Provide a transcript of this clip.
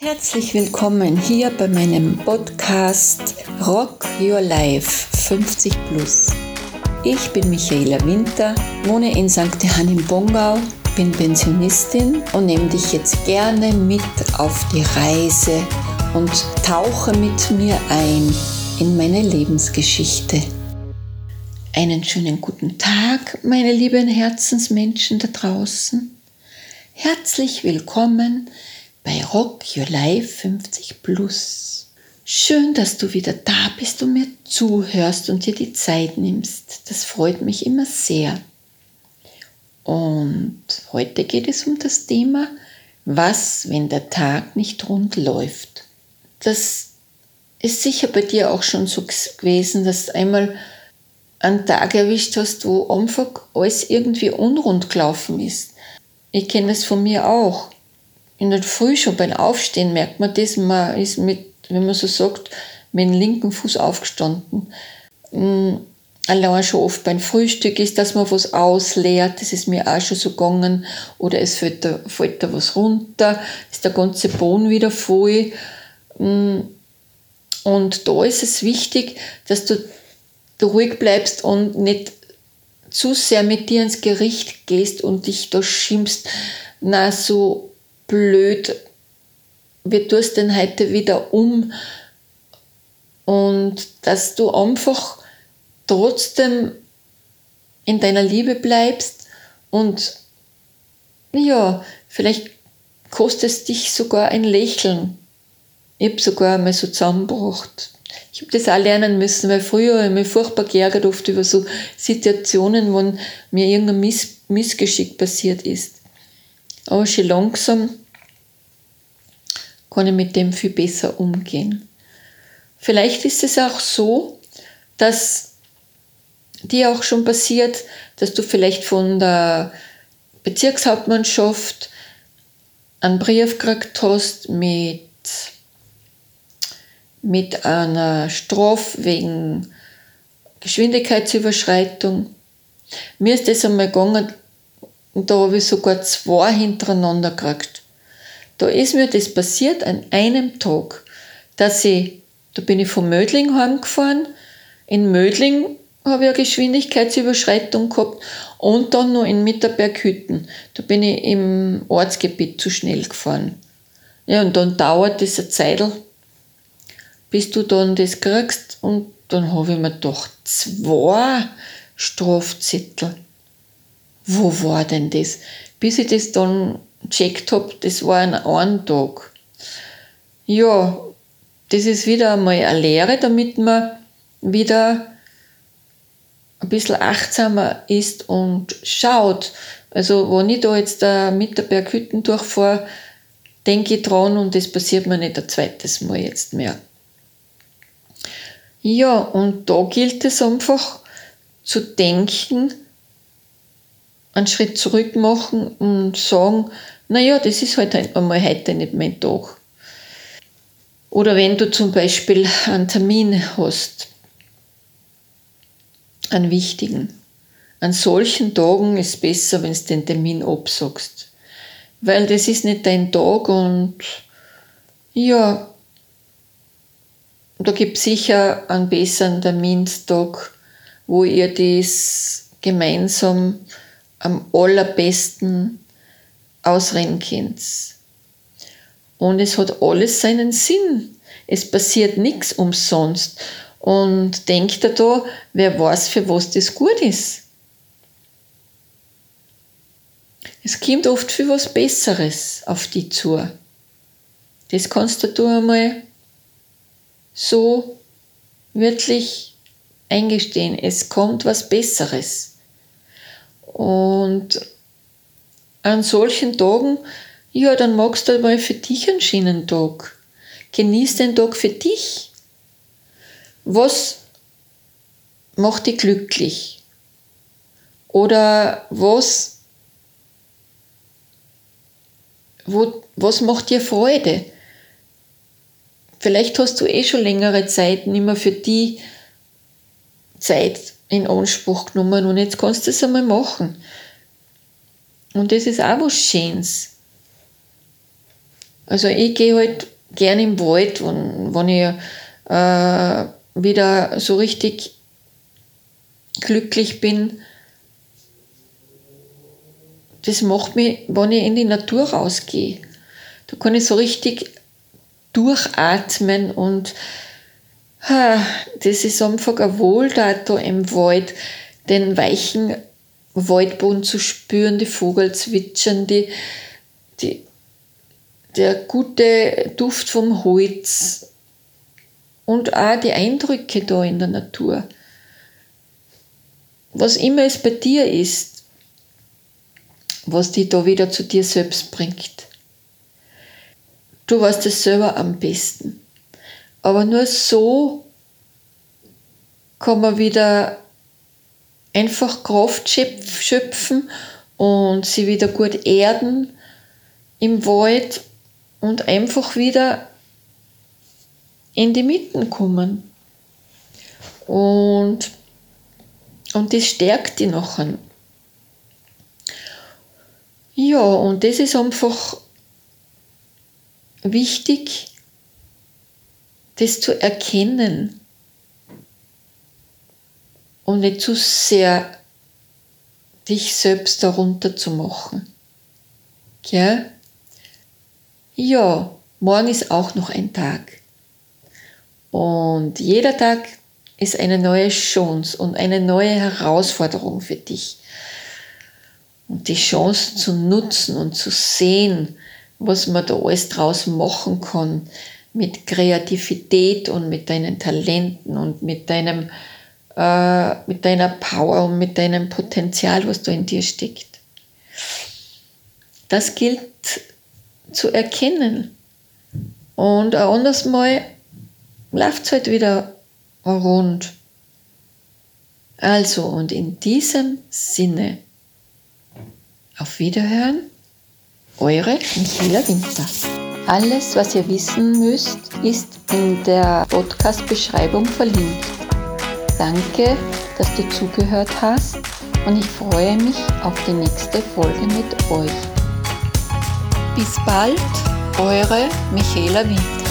Herzlich willkommen hier bei meinem Podcast Rock Your Life 50 Plus. Ich bin Michaela Winter, wohne in St. Johann im Pongau, bin Pensionistin und nehme dich jetzt gerne mit auf die Reise und tauche mit mir ein in meine Lebensgeschichte. Einen schönen guten Tag, meine lieben Herzensmenschen da draußen. Herzlich willkommen bei Rock Your Life 50 Plus. Schön, dass du wieder da bist und mir zuhörst und dir die Zeit nimmst. Das freut mich immer sehr. Und heute geht es um das Thema, was, wenn der Tag nicht rund läuft. Das ist sicher bei dir auch schon so gewesen, dass du einmal einen Tag erwischt hast, wo einfach alles irgendwie unrund gelaufen ist. Ich kenne das von mir auch. In der Früh schon beim Aufstehen merkt man das, man ist mit, wenn man so sagt, mit dem linken Fuß aufgestanden. Allein schon oft beim Frühstück ist, dass man was ausleert, das ist mir auch schon so gegangen, oder es fällt da was runter, ist der ganze Boden wieder voll. Und da ist es wichtig, dass du ruhig bleibst und nicht zu sehr mit dir ins Gericht gehst und dich da schimpfst, na so blöd, wie tust du denn heute wieder um? Und dass du einfach trotzdem in deiner Liebe bleibst und ja, vielleicht kostet es dich sogar ein Lächeln. Ich habe sogar einmal so zusammengebracht. Ich habe das auch lernen müssen, weil früher habe ich mich furchtbar geärgert oft über so Situationen, wo mir irgendein Missgeschick passiert ist. Aber schon langsam kann ich mit dem viel besser umgehen. Vielleicht ist es auch so, dass dir auch schon passiert, dass du vielleicht von der Bezirkshauptmannschaft einen Brief gekriegt hast mit einer Strafe wegen Geschwindigkeitsüberschreitung. Mir ist das einmal gegangen, und da habe ich sogar 2 hintereinander gekriegt. Da ist mir das passiert an einem Tag, da bin ich von Mödling heimgefahren. In Mödling habe ich eine Geschwindigkeitsüberschreitung gehabt und dann noch in Mitterberghütten. Da bin ich im Ortsgebiet zu schnell gefahren. Ja, und dann dauert das eine Zeitl, bis du dann das kriegst. Und dann habe ich mir gedacht, 2 Strafzettel. Wo war denn das? Bis ich das dann gecheckt habe, das war an einem Tag. Ja, das ist wieder einmal eine Lehre, damit man wieder ein bisschen achtsamer ist und schaut. Also wenn ich da jetzt mit der Berghütten durchfahre, denke ich dran und das passiert mir nicht ein zweites Mal jetzt mehr. Ja, und da gilt es einfach zu denken, einen Schritt zurück machen und sagen, naja, das ist halt einmal heute nicht mein Tag. Oder wenn du zum Beispiel einen Termin hast, einen wichtigen. An solchen Tagen ist es besser, wenn du den Termin absagst. Weil das ist nicht dein Tag und ja, da gibt es sicher einen besseren Terminstag, wo ihr das gemeinsam am allerbesten ausreden könnt. Und es hat alles seinen Sinn. Es passiert nichts umsonst. Und denkt dir da, wer weiß, für was das gut ist. Es kommt oft für was Besseres auf dich zu. Das kannst du einmal so wirklich eingestehen. Es kommt was Besseres. Und an solchen Tagen, ja, dann magst du mal für dich einen schönen Tag. Genieß den Tag für dich. Was macht dich glücklich? Oder was macht dir Freude? Vielleicht hast du schon längere Zeit nicht mehr für die Zeit in Anspruch genommen und jetzt kannst du es einmal machen. Und das ist auch was Schönes. Also ich gehe halt gern im Wald, wenn ich wieder so richtig glücklich bin. Das macht mich, wenn ich in die Natur rausgehe. Da kann ich so richtig durchatmen und das ist einfach ein Wohltat da im Wald, den weichen Waldboden zu spüren, die Vögel zwitschern, der gute Duft vom Holz und auch die Eindrücke da in der Natur. Was immer es bei dir ist, was dich da wieder zu dir selbst bringt. Du weißt es selber am besten. Aber nur so kann man wieder einfach Kraft schöpfen und sie wieder gut erden im Wald und einfach wieder in die Mitte kommen. Und das stärkt die nachher. Ja, und das ist einfach wichtig, das zu erkennen und nicht zu sehr dich selbst darunter zu machen. Gell? Ja, morgen ist auch noch ein Tag. Und jeder Tag ist eine neue Chance und eine neue Herausforderung für dich. Und die Chance zu nutzen und zu sehen, was man da alles draus machen kann, mit Kreativität und mit deinen Talenten und mit deiner Power und mit deinem Potenzial, was da in dir steckt. Das gilt zu erkennen. Und ein anderes Mal läuft es halt wieder rund. Also, und in diesem Sinne, auf Wiederhören, eure Michaela Winter. Alles, was ihr wissen müsst, ist in der Podcast-Beschreibung verlinkt. Danke, dass du zugehört hast und ich freue mich auf die nächste Folge mit euch. Bis bald, eure Michaela Winter.